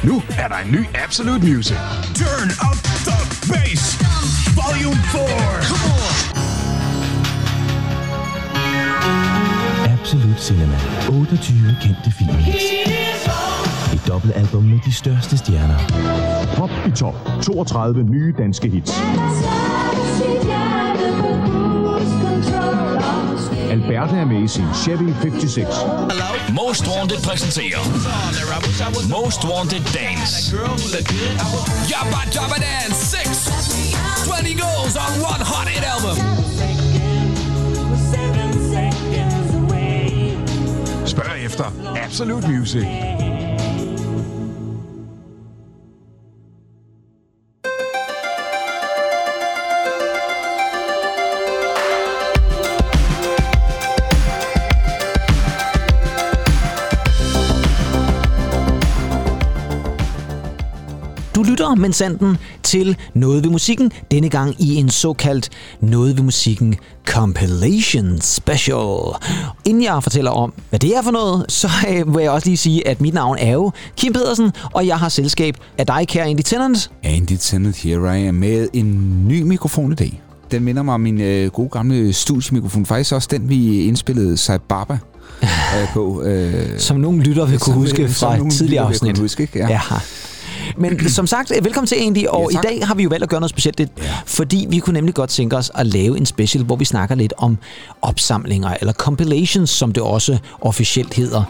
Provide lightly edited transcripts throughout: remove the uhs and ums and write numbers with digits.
Nu er der en ny Absolute Music. Turn up the bass. Volume 4. Come on. Absolute Cinema. 28 kendte film. Et dobbeltalbum med de største stjerner. Pop i top. 32 nye danske hits. Alberte er med i sin Chevy 56. Most Wanted præsenterer Most Wanted Dance. Jabba Jabba Dance 6. 20 goals on one hot hit album. Spørg efter Absolute Music. Du lytter, minsanden, til Noget ved musikken, denne gang i en såkaldt Noget ved musikken Compilation Special. Inden jeg fortæller om, hvad det er for noget, så vil jeg også lige sige, at mit navn er jo Kim Pedersen, og jeg har selskab af dig, kære Andy Tennant. Andy Tennant, here I am, med en ny mikrofon i dag. Den minder mig om min gode gamle studiemikrofon, faktisk også den, vi indspillede Sai Baba på. Som nogle lytter vil kunne huske fra et tidligere afsnit. Huske, ikke? Ja. Men som sagt, velkommen til Andy, og i dag har vi jo valgt at gøre noget specielt, fordi vi kunne nemlig godt tænke os at lave en special, hvor vi snakker lidt om opsamlinger, eller compilations, som det også officielt hedder.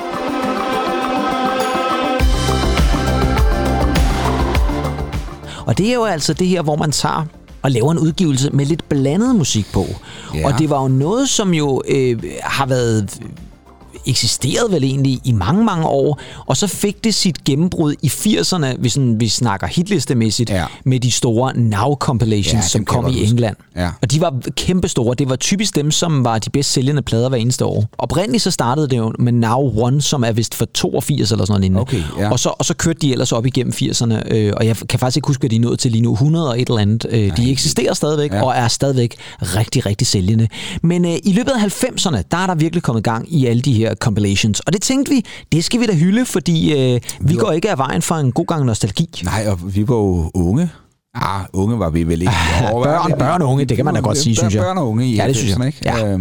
Og det er jo altså det her, hvor man tager og laver en udgivelse med lidt blandet musik på. Ja. Og det var jo noget, som jo har været eksisterede vel egentlig i mange, mange år, og så fik det sit gennembrud i 80'erne, hvis vi snakker hitlistemæssigt, med de store Now-compilations, som kom i England. Ja. Og de var kæmpestore. Det var typisk dem, som var de bedst sælgende plader hver eneste år. Oprindeligt så startede det jo med Now One, som er vist for 82 eller sådan noget. Okay, ja. og så kørte de ellers op igennem 80'erne, og jeg kan faktisk ikke huske, hvad de er nået til lige nu. 100 og et eller andet. De eksisterer stadigvæk, og er stadigvæk rigtig, rigtig sælgende. Men i løbet af 90'erne, der er der virkelig kommet gang i alle de her compilations. Og det tænkte vi, det skal vi da hylde, fordi vi går ikke af vejen for en god gang nostalgi. Nej, og vi var jo unge. Unge var vi vel ikke. Børn og unge, det kan man da godt sige, synes jeg. Børn og unge, ja, det synes jeg. Ikke? Ja.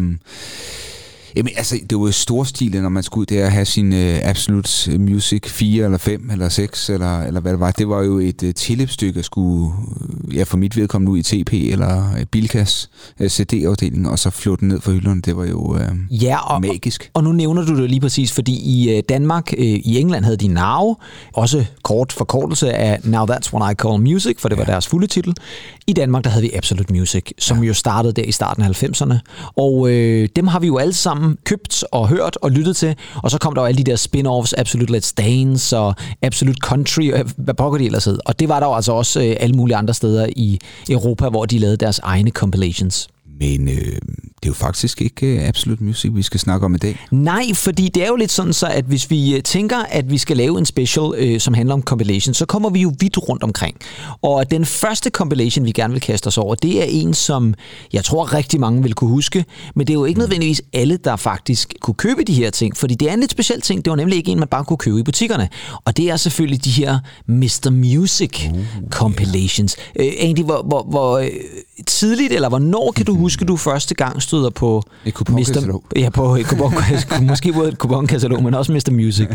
Jamen, altså, det var jo storstil, når man skulle ud der have sin Absolute Music 4 eller 5 eller 6 eller hvad det var. Det var jo et tilløbsstykke, at skulle, for mit vedkommende ud i TP eller Bilkas CD-afdeling, og så flå den ned for hylderne. Det var jo magisk. Og nu nævner du det lige præcis, fordi i Danmark, i England havde de Now, også kort forkortelse af Now That's What I Call Music, for det var deres fulde titel. I Danmark, der havde vi Absolute Music, som jo startede der i starten af 90'erne. Og dem har vi jo alle sammen købt og hørt og lyttet til, og så kom der jo alle de der spin-offs, Absolute Let's Dance og Absolute Country, og hvad pokker de ellers hed. Og det var der jo altså også alle mulige andre steder i Europa, hvor de lavede deres egne compilations. Men det er jo faktisk ikke Absolute Music, vi skal snakke om i dag. Nej, fordi det er jo lidt sådan så, at hvis vi tænker, at vi skal lave en special, som handler om compilation, så kommer vi jo vidt rundt omkring. Og den første compilation, vi gerne vil kaste os over, det er en, som jeg tror rigtig mange vil kunne huske, men det er jo ikke nødvendigvis alle, der faktisk kunne købe de her ting, fordi det er en lidt speciel ting. Det var nemlig ikke en, man bare kunne købe i butikkerne. Og det er selvfølgelig de her Mr. Music compilations. Andy, hvor tidligt, eller hvornår kan du huske, du første gang støder på et kuponkatalog? Ja, på et kuponkatalog. Måske både et kuponkatalog, men også Mr. Music.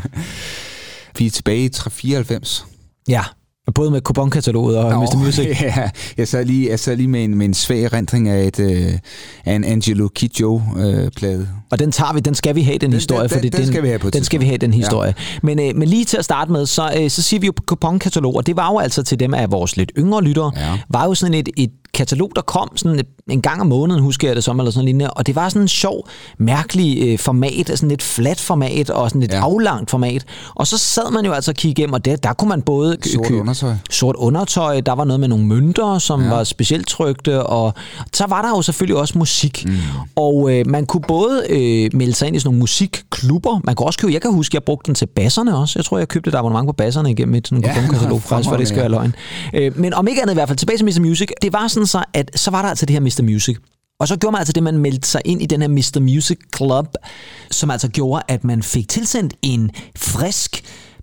Vi er tilbage i 94. Ja, både med kuponkataloget og Mr. Music. Ja, jeg sad lige med en svag erindring af en Angelo Kidjo-plade. Og den tager vi, den skal vi have, den historie. Den skal vi have på den skal vi have, den historie. Ja. Men lige til at starte med, så siger vi jo kuponkatalog, og det var jo altså til dem af vores lidt yngre lyttere, var jo sådan et katalog, der kom sådan en gang om måneden, husker jeg det som, eller sådan lignende, og det var sådan en sjov, mærkelig format, sådan et flat format, og sådan et aflangt format, og så sad man jo altså og kiggede igennem, og der kunne man både sort undertøj, der var noget med nogle mønter, som var specielt trykte, og så var der jo selvfølgelig også musik, og man kunne både melde sig ind i sådan nogle musikklubber, man kunne også købe, jeg kan huske, jeg brugte den til basserne også, jeg tror, jeg købte et abonnement på basserne igennem et sådan kuponkatalog, faktisk, for det skal være løgn. Men om ikke andet i hvert fald, tilbage til Mr. Music, det var sådan så, at så var der altså det her Mr. Music. Og så gjorde man altså det, man meldte sig ind i den her Mr. Music Club, som altså gjorde, at man fik tilsendt en frisk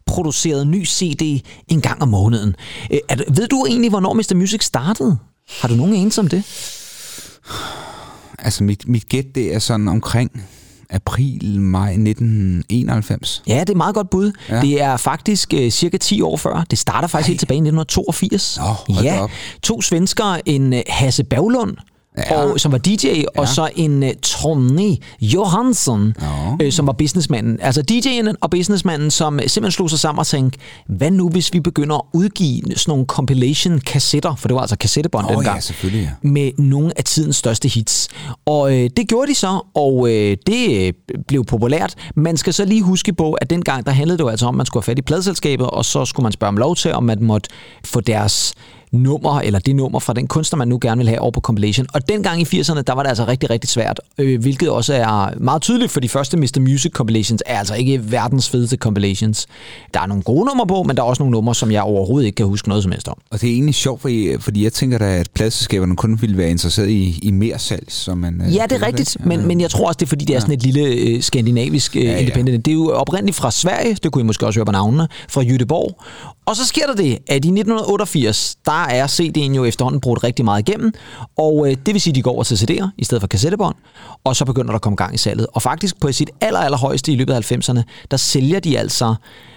produceret ny CD en gang om måneden. Ved du egentlig, hvornår Mr. Music startede? Har du nogen anelse om det? Altså, mit gæt, det er sådan omkring april-maj 1991. Ja, det er et meget godt bud. Ja. Det er faktisk cirka 10 år før. Det starter faktisk helt tilbage i 1982. Ja, 2 svenskere, en Hasse Berglund, som var DJ, og så en Tony Johansson, som var businessmanden. Altså DJ'en og businessmanden, som simpelthen slog sig sammen og tænkte, hvad nu hvis vi begynder at udgive sådan nogle compilation-kassetter, for det var altså kassettebånd dengang, med nogle af tidens største hits. Og det gjorde de så, og det blev populært. Man skal så lige huske på, at dengang, der handlede det jo altså om, at man skulle have fat i pladeselskabet, og så skulle man spørge om lov til, om man måtte få deres nummer, eller det nummer fra den kunstner, man nu gerne vil have over på compilation. Og dengang i 80'erne, der var det altså rigtig, rigtig svært, hvilket også er meget tydeligt, for de første Mr. Music compilations er altså ikke verdens fedeste compilations. Der er nogle gode numre på, men der er også nogle numre, som jeg overhovedet ikke kan huske noget som helst om. Og det er egentlig sjovt, fordi jeg tænker da, at pladeselskaberne kun ville være interesseret i mere salg, som man... Ja, det er rigtigt, men jeg tror også, det er fordi, det er sådan et lille skandinavisk independent. Det er jo oprindeligt fra Sverige, det kunne I måske også høre på navnene, fra Göteborg. Og så sker der det, at i 1988, der er CD'en jo efterhånden brugt rigtig meget igennem, og det vil sige, at de går over til CD'er i stedet for kassettebånd, og så begynder der at komme gang i salget. Og faktisk på sit allerhøjeste i løbet af 90'erne, der sælger de altså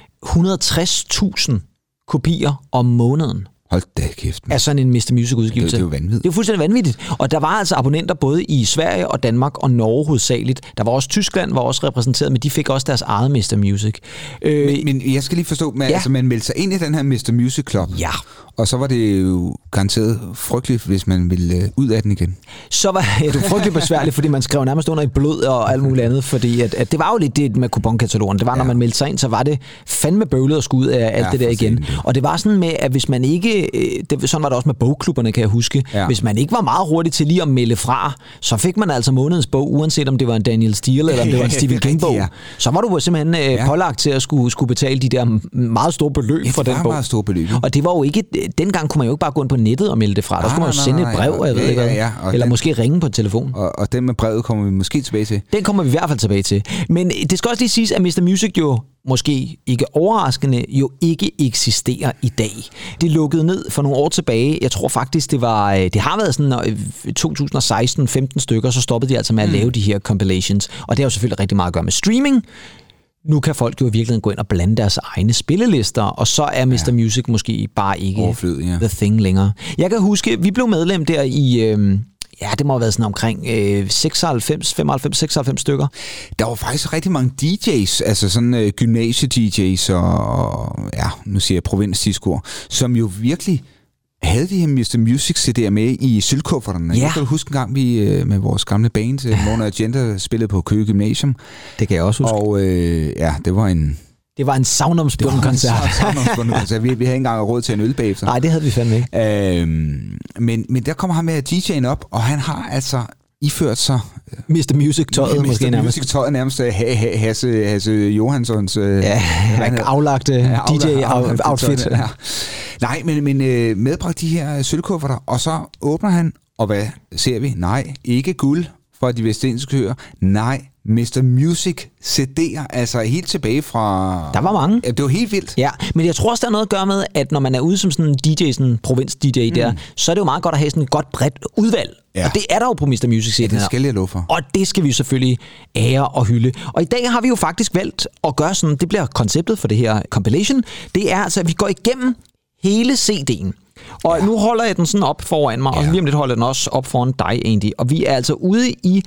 160.000 kopier om måneden. Hold da kæft. Af sådan en Mr. Music udgivelse. Det er jo vanvittigt. Det er jo fuldstændig vanvittigt. Og der var altså abonnenter både i Sverige og Danmark og Norge hovedsageligt. Der var også Tyskland, var også repræsenteret, men de fik også deres eget Mr. Music. Men jeg skal lige forstå, altså man meldte sig ind i den her Mr. Music Club. Ja. Og så var det jo garanteret frygteligt, hvis man ville ud af den igen. Så var det frygteligt besværligt, fordi man skrev nærmest under i blod og alt muligt andet, fordi at det var jo lidt det med kuponkatalogen. Det var, når man meldte sig ind, så var det fandme bøvlet at skulle ud af alt det der igen. Og det var sådan med, at hvis man ikke... sådan var det også med bogklubberne, kan jeg huske. Ja. Hvis man ikke var meget hurtig til lige at melde fra, så fik man altså månedens bog, uanset om det var en Daniel Steele eller om det var en Stephen King-bog. Ja. Så var du simpelthen pålagt til at skulle betale de der meget store beløb for den bog. Meget store beløb. Og det var jo ikke... Dengang kunne man jo ikke bare gå ind på nettet og melde det fra. Der skulle man jo sende et brev, jeg ved ikke hvad. Eller måske ringe på telefon. Og den med brevet kommer vi måske tilbage til. Den kommer vi i hvert fald tilbage til. Men det skal også lige siges, at Mr. Music jo måske ikke overraskende, jo ikke eksisterer i dag. Det lukkede ned for nogle år tilbage. Jeg tror faktisk, det har været sådan 2016-15 stykker, så stoppede de altså med at lave de her compilations. Og det har jo selvfølgelig rigtig meget at gøre med streaming. Nu kan folk jo i virkeligheden gå ind og blande deres egne spillelister, og så er Mr. Music måske bare ikke the thing længere. Jeg kan huske, vi blev medlem der i... det må have været sådan omkring 95-96 stykker. Der var faktisk rigtig mange DJ's, altså sådan gymnasie-DJ's og nu siger jeg provinsdiskoer, som jo virkelig havde de her Mr. Music CD'er med i sølvkufferterne. Jeg kan huske en gang, vi med vores gamle band, Mona Agenda, spillede på Køge Gymnasium. Det kan jeg også huske. Og det var en... Det var en savnomsbunden koncert. Vi havde ikke engang råd til en øl bagefter. Nej, det havde vi fandme ikke. Men der kommer han med DJ'en op, og han har altså iført sig... Mr. Music-tøjet måske nærmest. Mr. Music-tøjet nærmest Hasse Johanssons... aflagte DJ-outfit. Ja. Nej, men medbragt de her sølvkufferter, og så åbner han, og hvad ser vi? Nej, ikke guld fra de vestindiske øer. Nej, Mr. Music CD'er, altså helt tilbage fra... Der var mange. Det var helt vildt. Ja, men jeg tror også, der er noget at gøre med, at når man er ude som sådan en DJ, sådan en provins-DJ der, så er det jo meget godt at have sådan et godt bredt udvalg. Ja. Og det er der jo på Mr. Music CD'er. Ja, det skal jeg love for. Og det skal vi selvfølgelig ære og hylde. Og i dag har vi jo faktisk valgt at gøre sådan, det bliver konceptet for det her compilation, det er altså, at vi går igennem hele CD'en. Og nu holder jeg den sådan op foran mig, og lige om lidt holder jeg den også op foran dig egentlig. Og vi er altså ude i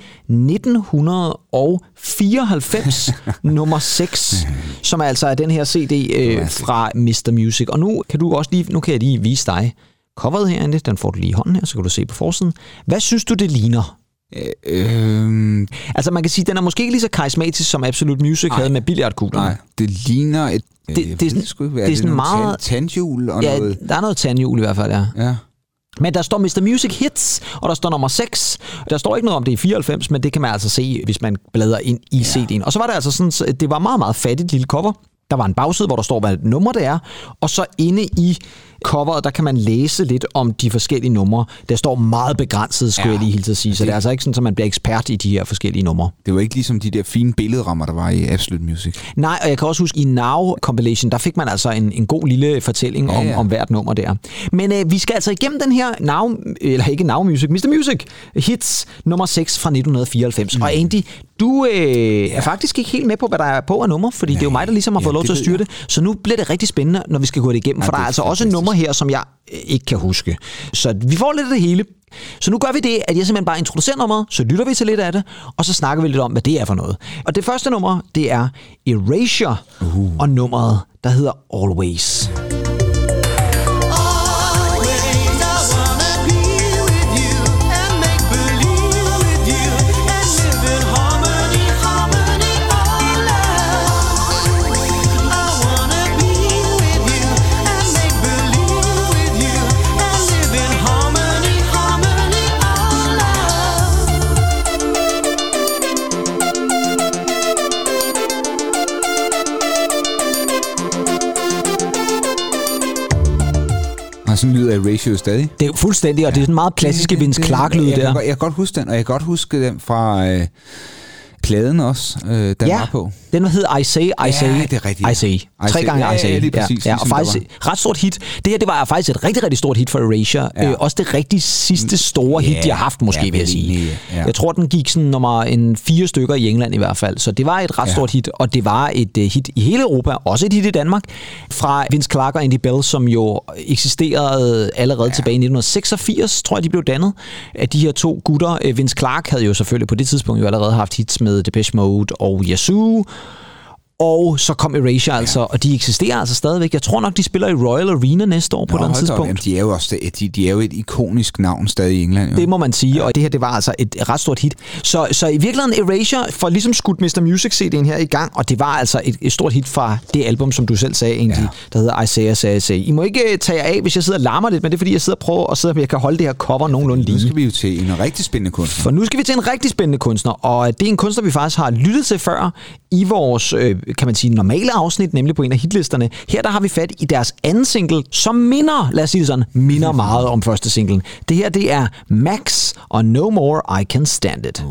1994, nummer 6, som altså er den her CD fra Mr. Music. Og nu kan jeg lige vise dig coveret herinde. Den får du lige i hånden her, så kan du se på forsiden. Hvad synes du, det ligner? Altså man kan sige, den er måske ikke lige så karismatisk som Absolute Music havde med billiardkuglerne. Nej, det ligner et... Det er sådan meget... tandhjul og noget... der er noget tandhjul i hvert fald, ja. Men der står Mr. Music Hits, og der står nummer 6. Der står ikke noget om det i 94, men det kan man altså se, hvis man bladrer ind i CD'en. Og så var det altså sådan, det var meget, meget fattigt lille cover. Der var en bagside, hvor der står, hvad nummer det er, og så inde i coveret, der kan man læse lidt om de forskellige numre. Der står meget begrænset, skulle jeg lige hele tiden sige. Så det er altså ikke sådan, at man bliver ekspert i de her forskellige numre. Det var ikke ligesom de der fine billedrammer, der var i Absolute Music. Nej, og jeg kan også huske, i Now Compilation, der fik man altså en god lille fortælling om hvert nummer der. Men vi skal altså igennem den her Now Music, Mr. Music hits nummer 6 fra 1994. Og Andy, du er faktisk ikke helt med på, hvad der er på af nummer, fordi det er jo mig, der ligesom har fået lov til at styre det. Så nu bliver det rigtig spændende, når vi skal gå det igennem, for der er altså også nummer her, som jeg ikke kan huske. Så vi får lidt af det hele. Så nu gør vi det, at jeg simpelthen bare introducerer nummeret, så lytter vi til lidt af det, og så snakker vi lidt om, hvad det er for noget. Og det første nummer, det er Erasure, og nummeret, der hedder Always. Sådan lyder Erasure stadig. Det er jo fuldstændig, og det er sådan meget klassiske Vince Clarke-lyd der. Jeg kan godt huske den, og jeg kan godt huske den fra pladen også, den var på. Den hedder I Say, I Say, det er rigtigt. I Say. 3 gange I Say. Ja, lige præcis. Ja, og faktisk et ret stort hit. Det her, det var faktisk et rigtig, rigtig stort hit for Erasure. Også det rigtig sidste store hit, de har haft, måske vil jeg sige. Jeg tror, den gik sådan nummer 4 stykker i England i hvert fald. Så det var et ret stort hit, og det var et hit i hele Europa, også et hit i Danmark, fra Vince Clarke og Andy Bell, som jo eksisterede allerede tilbage i 1986, tror jeg, de blev dannet af de her 2 gutter. Vince Clarke havde jo selvfølgelig på det tidspunkt jo allerede haft hits med Depeche Mode og Yazoo. Og så kom Erasure altså, og de eksisterer altså stadigvæk. Jeg tror nok, de spiller i Royal Arena næste år på den tidspunkt. Jamen, de er jo også de er jo et ikonisk navn stadig i England. Jo. Det må man sige, og det her, det var altså et ret stort hit. Så i virkeligheden Erasure får ligesom skudt Mr. Music-CD'en her i gang, og det var altså et stort hit fra det album, som du selv sagde egentlig, der hedder I Say, I Say, I Say. I må ikke tage af, hvis jeg sidder og larmer lidt, men det er fordi, jeg sidder og prøver at om jeg kan holde det her cover nogenlunde lige. Nu skal vi jo til en rigtig spændende kunstner. For nu skal vi til en rigtig spændende kunstner, og det er en kunstner, vi faktisk har lyttet til før i vores, kan man sige, normale afsnit, nemlig på en af hitlisterne. Her der har vi fat i deres anden single, som lad os sige det sådan, minder meget om første singlen. Det her, det er Max og No More I Can Stand It.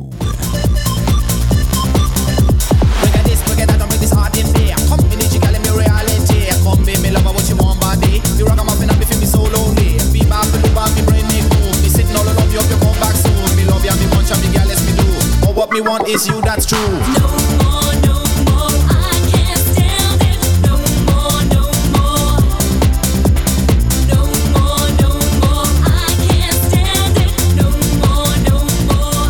What me want is you, that's true. No more, no more, I can't stand it. No more, no more. No more, no more, I can't stand it. No more, no more.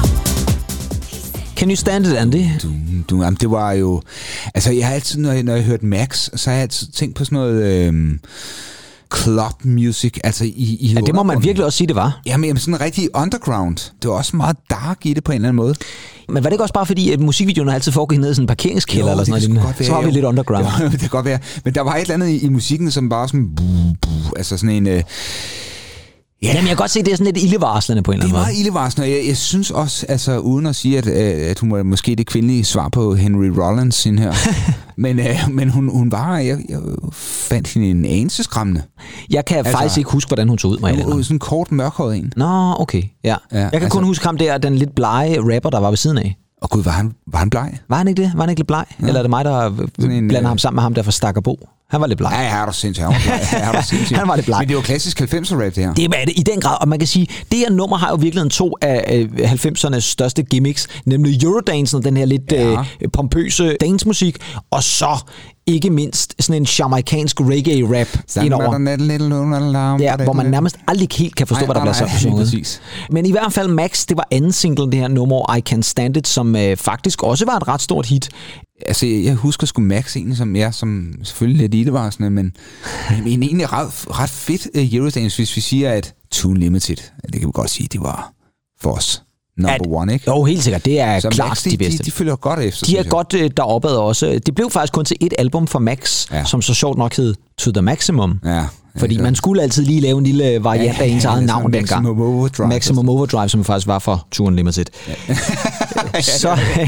Can you stand it, Andy? Jamen, det var jo... Altså, jeg har altid, når jeg hørte Max, så har jeg altid tænkt på sådan noget... club music, altså i det må man virkelig også sige, det var. Jamen sådan rigtig underground. Det var også meget dark i det på en eller anden måde. Men var det ikke også bare fordi, at musikvideoen altid foregik ned i sådan en parkeringskælder eller sådan noget? Så har vi lidt underground. Jo, det kan godt være. Men der var et eller andet i musikken, som bare sådan... altså sådan en... Jamen, jeg kan godt se, at det er sådan lidt ildevarslende på en eller anden måde. Det er meget ildevarslende, jeg synes også, altså uden at sige, at hun var måske det kvindelige svar på Henry Rollins sin her, men hun var, jeg fandt hende en anelse skræmmende. Jeg kan faktisk ikke huske, hvordan hun så ud, mig. Hun var sådan en kort, mørkhåret en. Nå, okay, ja. Jeg kan kun huske ham der, den lidt blege rapper, der var ved siden af. Og gud, var han bleg? Var han ikke det? Var han ikke lidt bleg? Ja. Eller er det mig, der blander ham sammen med ham der fra Stakkerbo? Han var lidt bleg. Ja, han var sindssygt. Han var lidt bleg. Men det var klassisk 90'er rap, det her. Det er det i den grad, og man kan sige, det her nummer har jo virkelig 2 af 90'ernes største gimmicks, nemlig Eurodansen, den her lidt pompøse dancemusik, og så ikke mindst sådan en jamaikansk reggae-rap indover. Ja, hvor man nærmest aldrig helt kan forstå, hvad der bliver så sunget. Men i hvert fald Max, det var anden single, det her No More I Can Stand It, som faktisk også var et ret stort hit. Altså, jeg husker sgu Max egentlig som selvfølgelig lidt ildevarslende, men egentlig ret fedt Eurodance, hvis vi siger, at Tune Limited, det kan vi godt sige, det var for os number one, ikke? Jo, helt sikkert. Det er så klart Max, de bedste. De følger godt efter. De er godt deroppe også. Det blev faktisk kun til et album for Max, som så sjovt nok hed To The Maximum. Ja. Fordi man skulle altid lige lave en lille variant af ens eget navn dengang. Maximum Overdrive. Maximum Overdrive, som faktisk var for Tour Unlimited. Så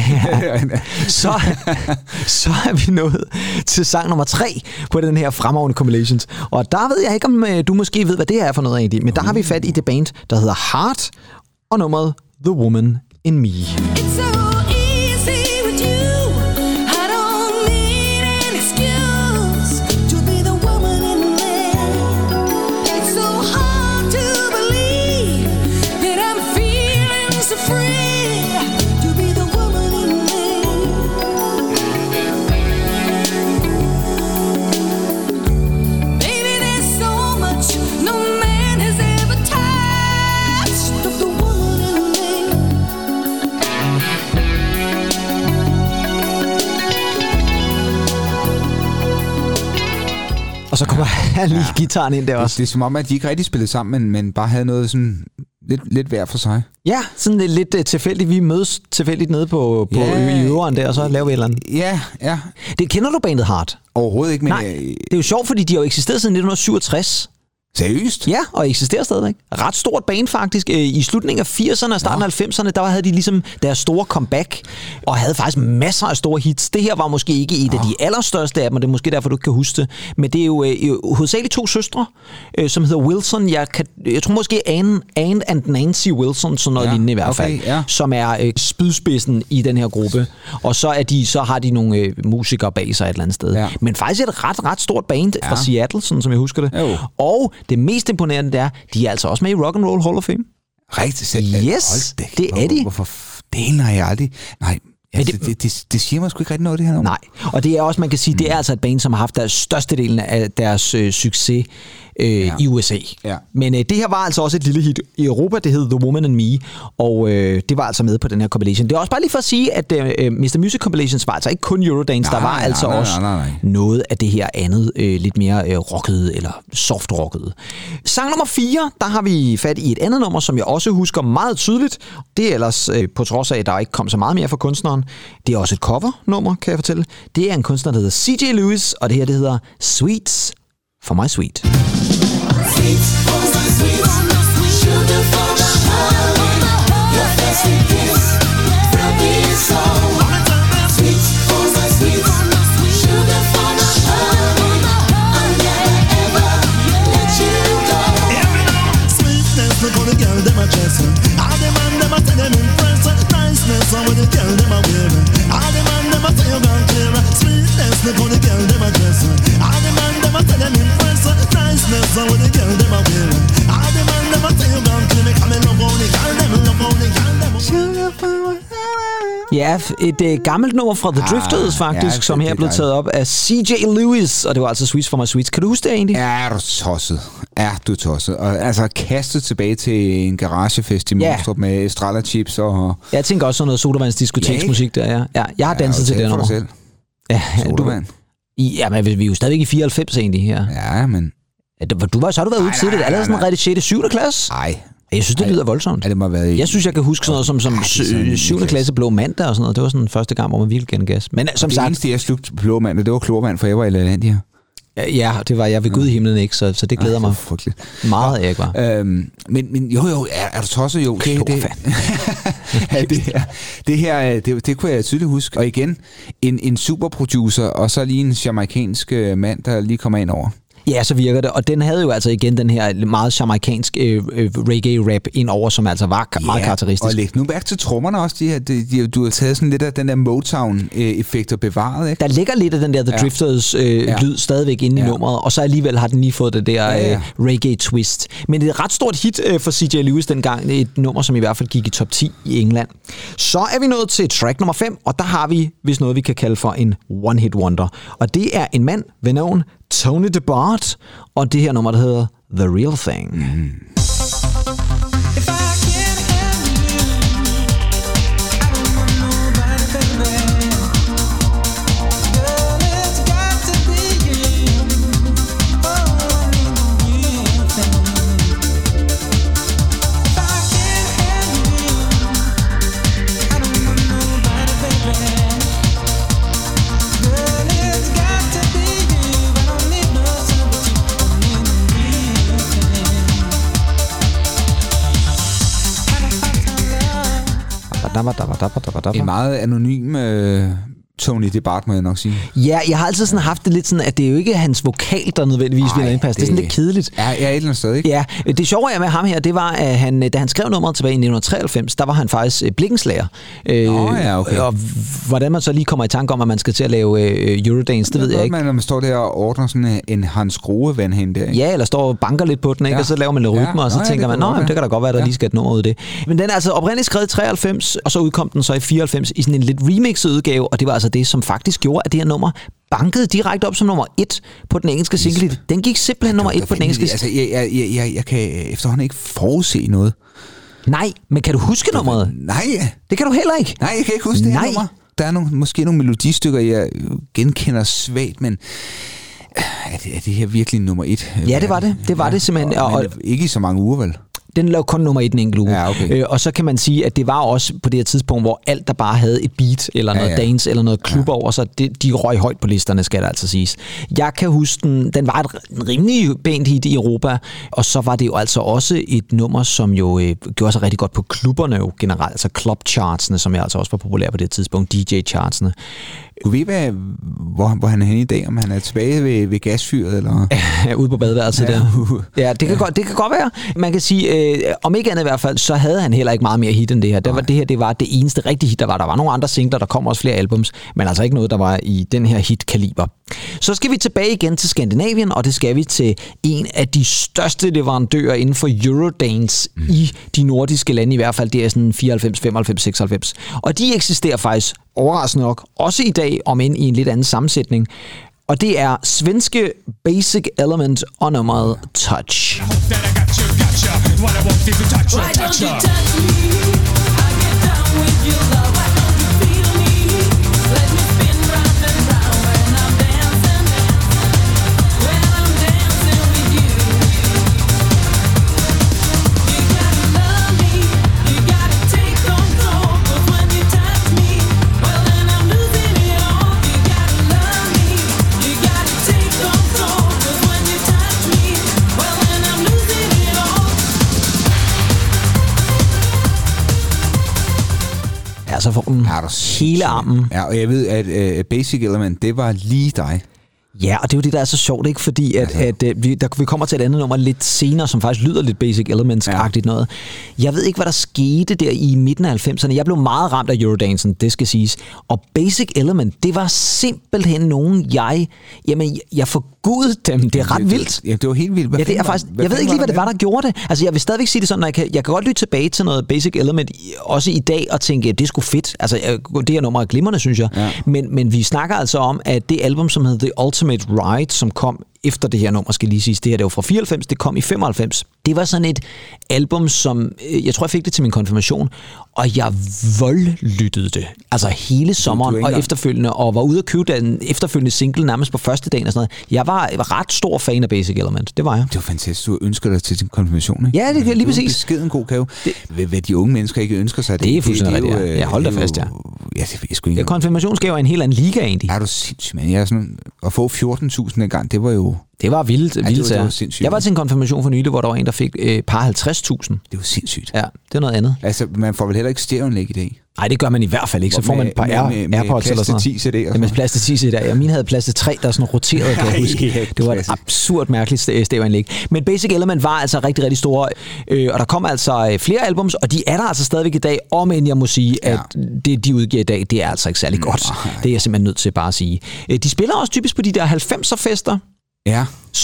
er vi nået til sang nummer 3 på den her fremragende compilations. Og der ved jeg ikke, om du måske ved, hvad det er for noget egentlig. Men der har vi fat i det band, der hedder Heart, og nummeret The Woman in Me. It's so easy with you. I don't need an excuse to be the woman in me. It's so hard to believe that I'm feeling so free to be the woman in me. Baby, there's so much no man has ever touched of the woman in me. Og så kommer han lige guitaren ind der også. Det er som om, at de ikke rigtig spillede sammen, men bare havde noget sådan lidt hver for sig. Ja, sådan lidt tilfældigt. Vi mødes tilfældigt nede på i øveren der, og så laver vi et eller andet. Ja. Det kender du bandet Heart? Overhovedet ikke, men... Nej, det er jo sjovt, fordi de har jo eksisteret siden 1967. Seriøst? Ja, og eksisterer stadigvæk. Ret stort band faktisk. I slutningen af 80'erne og starten af 90'erne, der havde de ligesom deres store comeback, og havde faktisk masser af store hits. Det her var måske ikke et af de allerstørste af dem, og det er måske derfor, du ikke kan huske det. Men det er jo hovedsageligt 2 søstre, som hedder Wilson. Jeg tror måske Anne and Nancy Wilson, sådan noget lignende i hvert fald, som er spydspidsen i den her gruppe. Og så har de nogle musikere bag sig et eller andet sted. Ja. Men faktisk et ret stort band fra Seattle, sådan som jeg husker det. Jo. Og det mest imponerende, det er, de er altså også med i Rock and Roll Hall of Fame. Rigtigt? Yes, det er de. Hvorfor delen har jeg aldrig... Nej, altså, det siger mig sgu ikke rigtig noget, det her nummer. Nej, og det er også, man kan sige, det er altså et band, som har haft deres størstedelen af deres succes i USA. Ja. Men det her var altså også et lille hit i Europa, det hed The Woman and Me, og det var altså med på den her compilation. Det er også bare lige for at sige, at Mr. Music Compilations var altså ikke kun Eurodance, der var altså også noget af det her andet, lidt mere rockede eller soft-rockede. Sang nummer 4, der har vi fat i et andet nummer, som jeg også husker meget tydeligt. Det er ellers, på trods af, at der ikke kom så meget mere fra kunstneren, det er også et cover-nummer, kan jeg fortælle. Det er en kunstner, der hedder C.J. Lewis, og det her, det hedder Sweets for My Sweet. Sweets for my sweet, sugar for my honey, your best kiss from me soul. Sweets for my sweet, sugar for my honey, I'll never ever let you go. Sweetness, look how the girl them a dress. All the man them a tell them impress. Niceness, how the girl them a wear. All the man them a say you gone clear. Sweetness, look how the girl them a dress. All the man them a tell them impress. Niceness, how the girl them a wear. All the man them a say you gone clear. Come and love only girl them, love only girl them. Sugar for my Ja, et gammelt nummer fra The Drifters faktisk, som her er blevet taget op af C.J. Lewis, og det var altså Sweets for My Sweets. Kan du huske det egentlig? Er du tosset? Og altså kastet tilbage til en garagefest i Monstrup med Estrella Chips og... Jeg tænker også sådan noget sodavandsdiskoteksmusik der, ja. Jeg har danset til det nummer. Selv. Ja, Sodavand. Ja, men vi er jo stadigvæk i 94 egentlig her. Ja, men... Så har du været ude tidligt. Allerede sådan rigtig 6. 7. klasse? Nej. Jeg synes, det lyder voldsomt. Ja, det må have været jeg synes, jeg kan huske sådan noget som 7. klasse Blå Mandag og sådan noget. Det var sådan første gang, hvor man virkelig gav gas. Men som sagt... Det eneste, jeg slugte Blå Mandag, det var Klormand, for jeg var i Lalandia. Ja, det var jeg ved Gud i himlen ikke, så det glæder mig meget, Erik var. Men jo, er du tosset? Jo, det her, det kunne jeg tydeligt huske. Og igen, en superproducer, og så lige en jamaikansk mand, der lige kommer ind over. Ja, så virker det. Og den havde jo altså igen den her meget jamaikansk reggae-rap indover, som altså var meget karakteristisk. Og læg nu mærke til trommerne også. Du har taget sådan lidt af den der Motown-effekt og bevaret, ikke? Der ligger lidt af den der The Drifters lyd stadigvæk inde i nummeret, og så alligevel har den lige fået det der reggae-twist. Men det er et ret stort hit for C.J. Lewis dengang. Et nummer, som i hvert fald gik i top 10 i England. Så er vi nået til track nummer 5, og der har vi vist noget, vi kan kalde for en one-hit wonder. Og det er en mand ved navn Tony DeBart, og det her nummer, der hedder The Real Thing. En meget anonym Tony DeBart, må jeg nok sige. Ja, jeg har altid sådan haft det lidt sådan, at det er jo ikke hans vokal, der nødvendigvis vinder indpas. Det er sådan lidt kedeligt. Ja, et eller andet sted, ikke? Ja, det sjove er med ham her, det var, at han, da han skrev nummeret tilbage i 1993, der var han faktisk blikkenslager. Ja, okay. Og hvordan man så lige kommer i tanke om, at man skal til at lave Eurodance, det ved jeg ikke. Når man står der og ordner sådan en Hans Grohe-vandhæn der, ikke? Ja, eller står og banker lidt på den, ikke? Ja. Og så laver man lidt rytmer, og så tænker man, det kan da godt være, der lige skal et nummer ud af det. Men den er altså oprindeligt skrevet i 93, og så udkom den så i 94 i sådan en lidt remixet udgave, og det var altså det, som faktisk gjorde, at det her nummer bankede direkte op som nummer 1 på den engelske single. Den gik simpelthen nummer 1 på den engelske. Altså, jeg kan efterhånden ikke forudse noget. Nej, men kan du huske nummeret? Nej. Det kan du heller ikke. Nej, jeg kan ikke huske det her nummer. Der er måske nogle melodistykker, jeg genkender svagt, men er det her virkelig nummer 1? Ja, det var det. Det var det simpelthen. Og ikke i så mange uger, vel? Den lavede kun nummer 1 en enkelt uge. Ja, okay. Og så kan man sige, at det var også på det her tidspunkt, hvor alt, der bare havde et beat, eller noget dance, eller noget klub over sig, de røg højt på listerne, skal der altså siges. Jeg kan huske, den var et rimelig pænt hit i Europa, og så var det jo altså også et nummer, som jo gjorde sig rigtig godt på klubberne jo generelt, altså clubchartsene, som jeg altså også var populær på det tidspunkt, DJ-chartsene. Du ved, hvor han er henne i dag, om han er tilbage ved gasfyret, eller? Ude på badeværelset der. Ja, det kan godt være. Man kan sige, om ikke andet i hvert fald, så havde han heller ikke meget mere hit end det her. Det var det eneste rigtige hit, der var. Der var nogle andre singler, der kom også flere albums, men altså ikke noget, der var i den her hit-kaliber. Så skal vi tilbage igen til Skandinavien, og det skal vi til en af de største leverandører inden for Eurodance i de nordiske lande, i hvert fald det er sådan 94, 95, 96. Og de eksisterer faktisk overraskende nok også i dag, om end i en lidt anden sammensætning. Og det er svenske Basic Element og nummeret Touch. Altså for den hele armen. Ja, og jeg ved, at Basic Element, det var lige dig. Ja, og det er jo det, der er så sjovt, ikke? Fordi vi kommer til et andet nummer lidt senere, som faktisk lyder lidt Basic Elements-agtigt noget. Jeg ved ikke, hvad der skete der i midten af 90'erne. Jeg blev meget ramt af Eurodancen, det skal siges. Og Basic Element, det var simpelthen nogen, jeg forgudede dem. Det er ret vildt. Ja, det var helt vildt. Ja, det er faktisk, jeg ved ikke lige, hvad det var, der gjorde det. Altså, jeg vil stadigvæk sige det sådan, at jeg kan godt lytte tilbage til noget Basic Element, også i dag, og tænke, det er sgu fedt. Altså, det her nummer er glimrende, synes jeg. Ja. Men vi snakker altså om, at det album, som hedder The Ultimate Ride, som kom efter det her nummer, skal lige sige, det her det var fra 94, det kom i 95. Det var sådan et album, som jeg tror, jeg fik det til min konfirmation, og jeg voldlyttede det. Altså hele sommeren og efterfølgende, og var ude at købe den efterfølgende single nærmest på første dagen og sådan noget. Jeg var ret stor fan af Basic Element, det var jeg. Det var fantastisk, du ønsker dig til din konfirmation, ikke? Ja, det er lige præcis. Det er en beskeden god gave. Hvad de unge mennesker ikke ønsker sig. Det er fuldstændig rigtigt, ja. Hold da fast, ja. Ja, det ved jeg sgu ikke. Konfirmationsgave er en helt anden liga, egentlig. Er du sindssygt, man? Jeg er sådan, at få 14.000 en gang, det var jo... Det var vildt. Det var sindssygt. Jeg var til en konfirmation for nylig, hvor der var en, der fik par 50.000. Det var sindssygt. Ja, det er noget andet. Altså, man får vel heller ikke stereoanlæg i dag? Nej, det gør man i hvert fald ikke. Så får man et par AirPods eller sådan noget. Ja, med plads til 10 CD'er. Ja, min havde plads til 3, der sådan roteret, kan jeg huske. Det var et absurd mærkeligt stereoanlæg. Men Basic Element var altså rigtig, rigtig store. Og der kom altså flere albums, og de er der altså stadigvæk i dag. Om end jeg må sige, at det, de udgiver i dag, det er altså ikke særlig godt. Det er jeg simpelthen nødt til bare at sige. De spiller også typisk på de der 90'er-fester. Ja.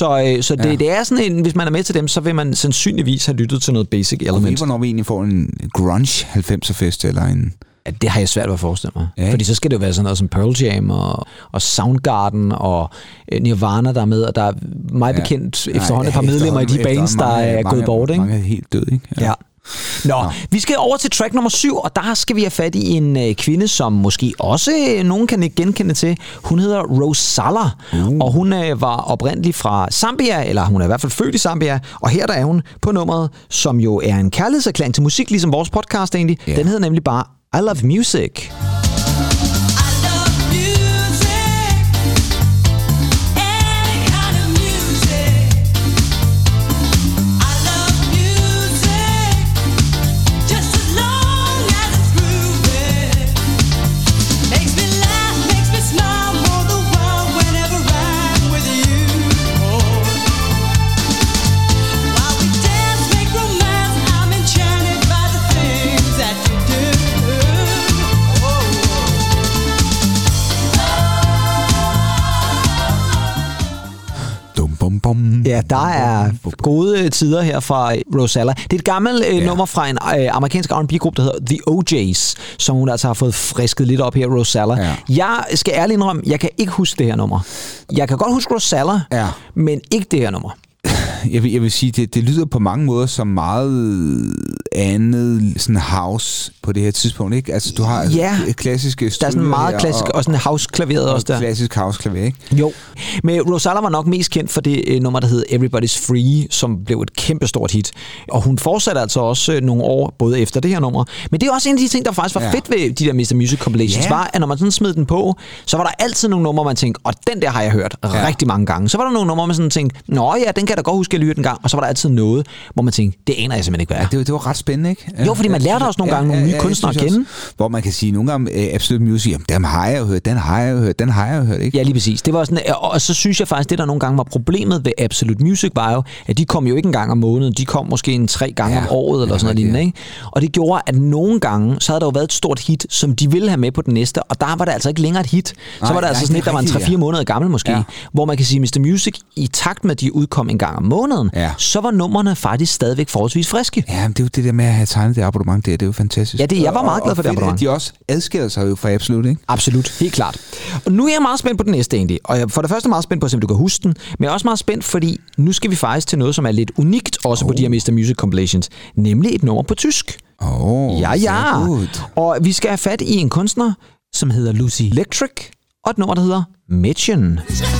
Så det er sådan en, hvis man er med til dem, så vil man sandsynligvis have lyttet til noget Basic Element. Og ved, hvornår vi egentlig får en grunge 90'er-fest, eller en... Ja, det har jeg svært ved at forestille mig. Ja. Fordi så skal det jo være sådan noget som Pearl Jam og Soundgarden og Nirvana, der er med, og der er meget bekendt efterhånden et par medlemmer i de bands, der er gået bort, ikke? Mange er helt døde, ikke? Ja. Nå, vi skal over til track nummer 7, og der skal vi have fat i en kvinde, som måske også nogen kan genkende til. Hun hedder Rosala, og hun var oprindelig fra Zambia, eller hun er i hvert fald født i Zambia, og her der er hun på nummeret, som jo er en kærlighedserklæring til musik, ligesom vores podcast egentlig. Yeah. Den hedder nemlig bare I Love Music. Just as long as it's grooving. Bum, bum. Ja, der er gode tider her fra Rosella. Det er et gammelt nummer fra en amerikansk R&B-gruppe, der hedder The OJ's, som hun altså har fået frisket lidt op her, Rosella. Ja. Jeg skal ærligt indrømme, jeg kan ikke huske det her nummer. Jeg kan godt huske Rosella, men ikke det her nummer. Jeg vil sige, det lyder på mange måder som meget andet sådan house på det her tidspunkt, ikke? Altså, du har klassiske der er sådan meget klassisk, og sådan house-klaveret også der. Klassisk house-klaver, ikke? Jo. Men Rosella var nok mest kendt for det nummer, der hed Everybody's Free, som blev et kæmpestort hit. Og hun fortsatte altså også nogle år, både efter det her nummer. Men det er også en af de ting, der faktisk var fedt ved de der Mr. Music compilations, var, at når man sådan smed den på, så var der altid nogle numre, man tænkte, og den der har jeg hørt rigtig mange gange. Så var der nogle numre, man sådan tænkte, nå ja, den kan jeg da godt huske, jeg lytte en gang. Og så var der altid noget, hvor man tænkte, det aner jeg simpelthen ikke, hvad er. Det var ret spændende, ikke? Jo, fordi man lærte også nogle gange nogle nye kunstnere at kende. Hvor man kan sige, nogle gange Absolute Music, jamen, dem har jeg jo hørt, den har jeg jo hørt, ikke? Ja, lige præcis. Det var sådan, og så synes jeg faktisk, det der nogle gange var problemet ved Absolute Music, var jo, at de kom jo ikke en gang om måneden, de kom måske 3 gange om året, eller sådan noget lignende, ikke? Og det gjorde, at nogle gange, så havde der jo været et stort hit, som de ville have med på den næste, og der var det altså ikke længere et hit. Så var det altså sådan et, der var 3-4 måneder gammel måske, hvor man kan sige, Mr. Music, i takt med, at de udkom en gang om måneden, så var numrene faktisk stadigvæk forholdsvis friske. Ja, men det er jo det der med at have tegnet det abonnement der, det er jo fantastisk. Ja, jeg var meget glad for det abonnement. De også adskiller sig jo fra Absolut, ikke? Absolut, helt klart. Og nu er jeg meget spændt på den næste egentlig, og jeg er for det første meget spændt på, om du kan huske den, men jeg er også meget spændt, fordi nu skal vi faktisk til noget, som er lidt unikt, også på de her Mr. Music compilations, nemlig et nummer på tysk. Ja. Og vi skal have fat i en kunstner, som hedder Lucy Electric, og et nummer, der hedder Mädchen.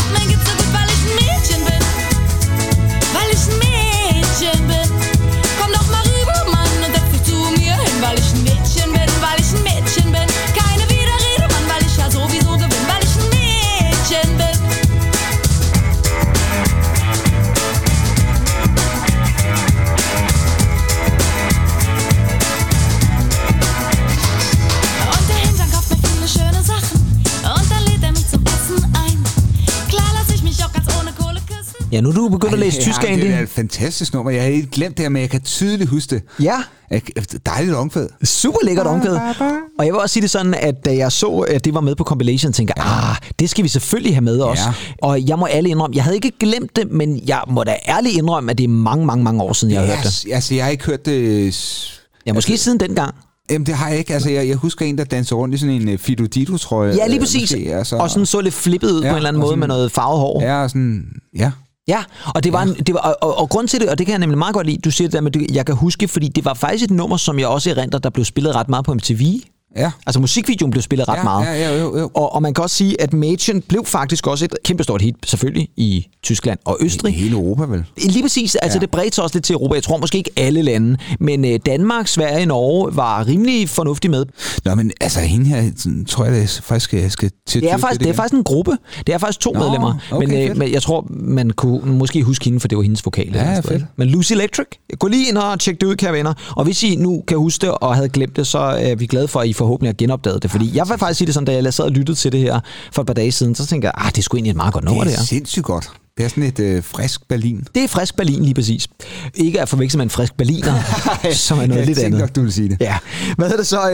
Ja, nu er du begyndt at læse tysk egentlig. Det er et fantastisk nummer. Jeg havde helt glemt det her, men jeg kan tydeligt huske det. Ja. Dejligt omkvæd. Super lækkert omkvæd. Og jeg vil også sige det sådan, at da jeg så, at det var med på compilation, tænkte jeg, det skal vi selvfølgelig have med også. Og jeg må ærligt indrømme, jeg havde ikke glemt det, men jeg må da ærligt indrømme, at det er mange år siden, jeg har hørt det. Altså, jeg har ikke hørt det... Ja, måske siden dengang. Jamen, det har jeg ikke. Altså, jeg husker en, der danser rundt i sådan en Fido Dido-trøje. Ja, lige præcis. Måske, altså. Og sådan så lidt flippet ud på en eller anden måde sådan, med noget farvet hår. Ja, sådan... Ja. Ja, og det var, og grund til det, og det kan jeg nemlig meget godt lide, du siger det der med, jeg kan huske, fordi det var faktisk et nummer, som jeg også erindrer, der blev spillet ret meget på MTV. Ja. Altså musikvideoen blev spillet ret meget. Jo. Og man kan også sige, at Mädchen blev faktisk også et kæmpestort hit, selvfølgelig, i Tyskland og Østrig. I hele Europa vel? Lige præcis. Altså det bredte sig også lidt til Europa. Jeg tror måske ikke alle lande. Men Danmark, Sverige og Norge var rimelig fornuftige med. Nå, men altså hende her, tror jeg, det faktisk skal til. Det er faktisk en gruppe. Det er faktisk 2 medlemmer. Okay, men jeg tror, man kunne måske huske hende, for det var hendes vokal. Ja, fedt. Men Lucy Electric, gå lige ind og tjek det ud, kære venner. Og hvis I nu kan huske det og havde glemt det, så er vi glade for, at I forhåbentlig har genopdaget det. Fordi jeg vil faktisk sige det sådan, da jeg sad og lyttede til det her for et par dage siden, så tænkte jeg, det er sgu egentlig et meget godt nummer, det her. Det er sindssygt godt. Det er sådan et frisk Berlin. Det er frisk Berlin, lige præcis. Ikke at forveksle med en frisk berliner, som er noget lidt andet. Jeg tænkte nok, du vil sige det. Ja. Hvad hedder det så?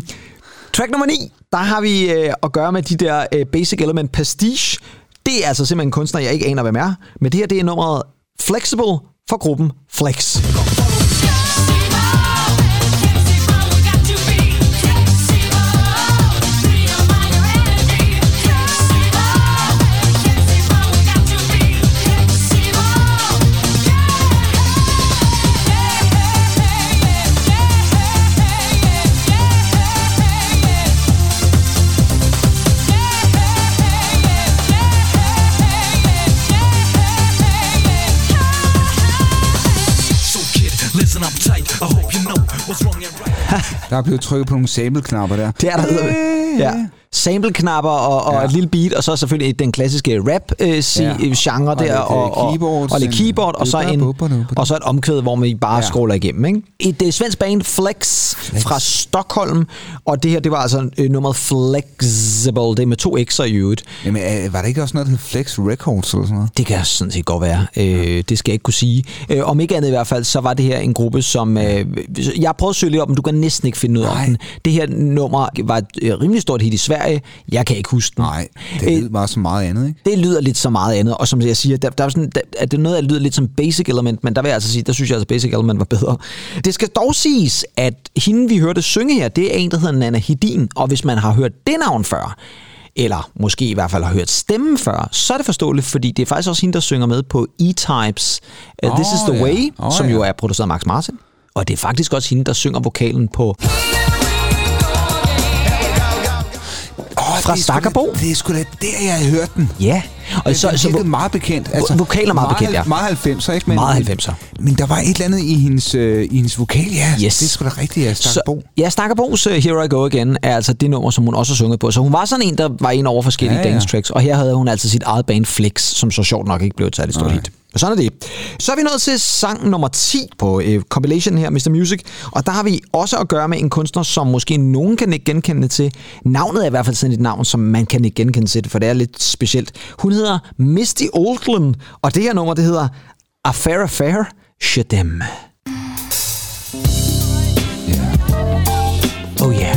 Track nummer 9, der har vi at gøre med de der Basic Element Pastiche. Det er altså simpelthen en kunstner, jeg ikke aner, hvem er. Men det her, det er nummeret Flexible for gruppen Flex. Der er blevet trykket på nogle sample-knapper der. Det er der. Ja. Sample-knapper og et lille beat, og så selvfølgelig den klassiske rap-genre der, og lidt keyboard, og så et omkvæd, hvor man bare scroller igennem. Ikke? Et svensk band, Flex, fra Stockholm, og det her, det var altså nummeret Flexible, det er med 2 x'er i øvrigt. Jamen, var det ikke også noget, der hed Flex Records eller sådan noget? Det kan sådan set godt være. Det skal jeg ikke kunne sige. Om ikke andet i hvert fald, så var det her en gruppe, som... jeg har prøvet at søge lidt op, men du kan næsten ikke finde ud af den. Det her nummer var et rimelig stort hit i Sverige, Sverige. Jeg kan ikke huske den. Nej, det lyder bare så meget andet, ikke? Det lyder lidt så meget andet, og som jeg siger, der er sådan, at det er noget, der lyder lidt som Basic Element, men der vil jeg altså sige, der synes jeg altså, Basic Element var bedre. Det skal dog siges, at hende, vi hørte synge her, det er en, der hedder Nanna Hedin, og hvis man har hørt det navn før, eller måske i hvert fald har hørt stemmen før, så er det forståeligt, fordi det er faktisk også hende, der synger med på E-Types This Is The Way, som jo er produceret af Max Martin. Og det er faktisk også hende, der synger vokalen på fra Stakkerbo. Det er sgu da der, jeg har hørt den. Ja. Og det er meget bekendt. Altså, vokalen er meget bekendt, ja. Meget 90'er, ikke? Men, meget 90'er. Men der var et eller andet i hendes vokal, ja. Yes. Det er sgu da rigtigt, ja. Stakkerbo. Ja, Stakkerbos Here I Go Again er altså det nummer, som hun også har sunget på. Så hun var sådan en, der var ind over forskellige dance tracks. Og her havde hun altså sit eget band Flex, som så sjovt nok ikke blev et særligt stort hit. Og sådan er det. Så er vi nået til sang nummer 10 på compilationen her, Mr. Music. Og der har vi også at gøre med en kunstner, som måske nogen kan ikke genkende til. Navnet er i hvert fald sådan et navn, som man kan ikke genkende til, for det er lidt specielt. Hun hedder Misty Oldland, og det her nummer, det hedder Affair Affair Shadem. Oh yeah.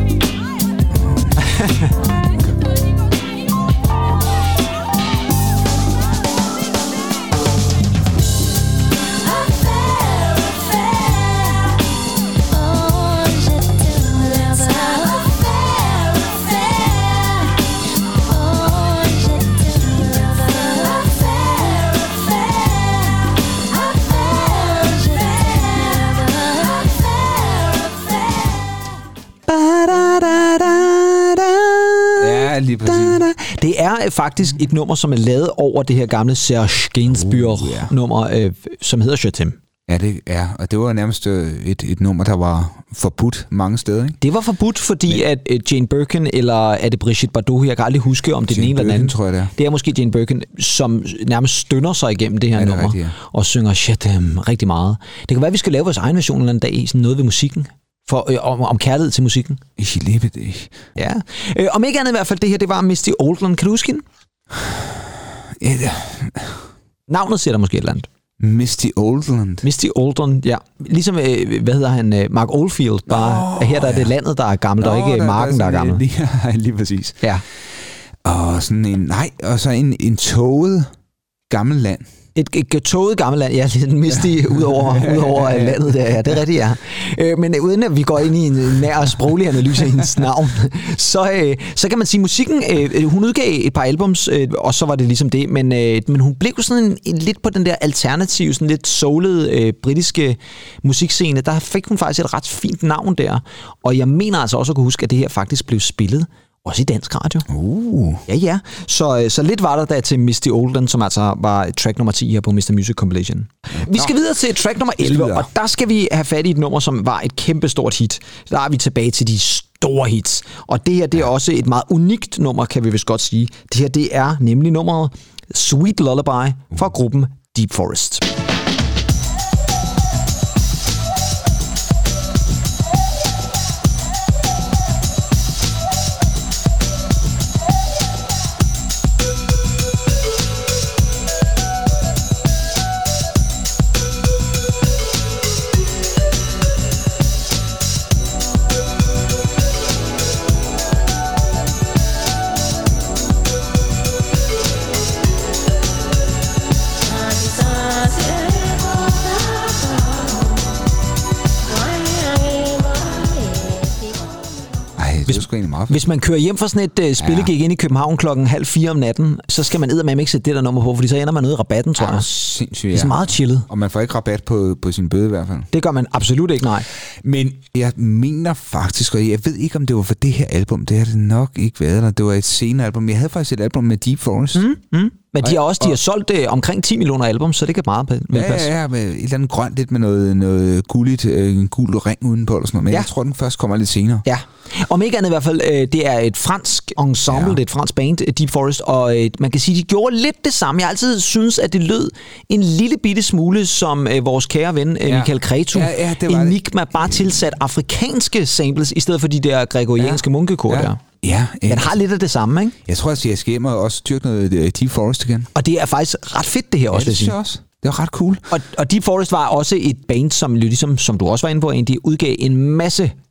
Lige præcis. Det er faktisk et nummer, som er lavet over det her gamle Serge Gainsbourg-nummer, som hedder Je t'aime. Ja, det er. Og det var nærmest et nummer, der var forbudt mange steder, ikke? Det var forbudt, fordi at Jane Birkin, eller er det Brigitte Bardot, jeg kan aldrig huske, om det er den ene eller den anden. Tror jeg, det er. Det er måske Jane Birkin, som nærmest stønner sig igennem det her nummer, rigtigt, og synger Je t'aime rigtig meget. Det kan være, at vi skal lave vores egen version en eller anden dag, sådan noget ved musikken. Om kærlighed til musikken. Ich liebe dich. Ja. Om ikke andet i hvert fald, det her, det var Misty Oldland. Kan du huske hende? Ja. Navnet siger der måske et eller andet. Misty Oldland. Misty Oldland, ja. Ligesom, hvad hedder han? Mark Oldfield. Bare her der er det landet, der er gammelt, og ikke marken, der er gammel. Lige præcis. Ja. Og sådan en tåget gammel land. Et toget gammelt land, ja, lidt mistig ud over landet der, ja, det er rigtigt, ja. Men uden at vi går ind i en nær sproglig analyse af hendes navn, så kan man sige, musikken, hun udgav et par albums, og så var det ligesom det, men hun blev sådan lidt på den der alternative, sådan lidt soulede britiske musikscene, der fik hun faktisk et ret fint navn der, og jeg mener altså også at kunne huske, at det her faktisk blev spillet også i dansk radio. Ja. Så lidt var der til Misty Oldland, som altså var track nummer 10 her på Mr. Music Compilation. Vi skal videre til track nummer 11, og der skal vi have fat i et nummer, som var et kæmpestort hit. Der er vi tilbage til de store hits. Og det her, det er også et meget unikt nummer, kan vi vist godt sige. Det her, det er nemlig nummeret Sweet Lullaby fra gruppen Deep Forest. Hvis man kører hjem fra sådan et spillegig ind i København klokken 3:30 om natten, så skal man eddermame ikke sætte det der nummer på, fordi så ender man nede i rabatten, tror jeg. Sindssygt, det er så meget chillet. Og man får ikke rabat på sin bøde i hvert fald. Det gør man absolut ikke, nej. Men jeg mener faktisk, og jeg ved ikke, om det var for det her album, det har det nok ikke været, eller det var et senere album. Jeg havde faktisk et album med Deep Forest. Men de har solgt omkring 10 millioner album, så det kan meget passe. Ja, med et eller andet grønt, lidt med noget gulligt, en gul ring udenpå, eller sådan noget. Men jeg tror, den først kommer lidt senere. Ja. Om ikke andet i hvert fald, det er et fransk ensemble, det er et fransk band, Deep Forest, og man kan sige, de gjorde lidt det samme. Jeg har altid synes, at det lød en lille bitte smule som vores kære ven, Michael Cretu. Enigma, bare tilsat afrikanske samples, i stedet for de der gregorianske munkekor der. Ja, den har lidt af det samme, ikke? Jeg tror, at jeg skal hjem og også styrke noget Deep Forest igen. Og det er faktisk ret fedt, det her også. Det synes jeg også. Det var ret cool. Og Deep Forest var også et band, som ligesom, som du også var inde på, de udgav en masse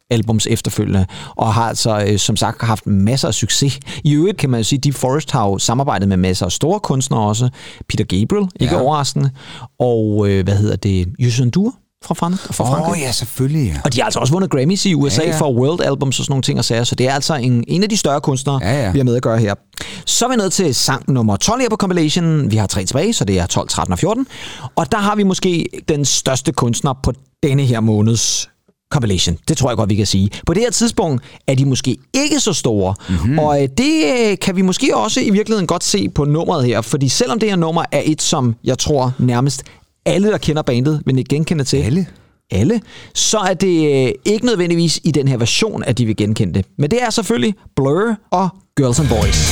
albums efterfølgende, og har altså som sagt haft masser af succes. I øvrigt kan man jo sige, at Deep Forest har jo samarbejdet med masser af store kunstnere også. Peter Gabriel, ikke overraskende, og Youssou N'Dour fra Frankrig. Ja, selvfølgelig, ja. Og de har altså også vundet Grammys i USA for World Albums og sådan nogle ting og sager, så det er altså en af de større kunstnere, vi har med at gøre her. Så er vi nået til sang nummer 12 her på compilationen. Vi har 3 tilbage, så det er 12, 13 og 14. Og der har vi måske den største kunstner på denne her måneds compilation. Det tror jeg godt, vi kan sige. På det her tidspunkt er de måske ikke så store, og det kan vi måske også i virkeligheden godt se på nummeret her, fordi selvom det her nummer er et, som jeg tror nærmest alle, der kender bandet, vil ikke genkende til. Alle. Så er det ikke nødvendigvis i den her version, at de vil genkende det. Men det er selvfølgelig Blur og Girls and Boys.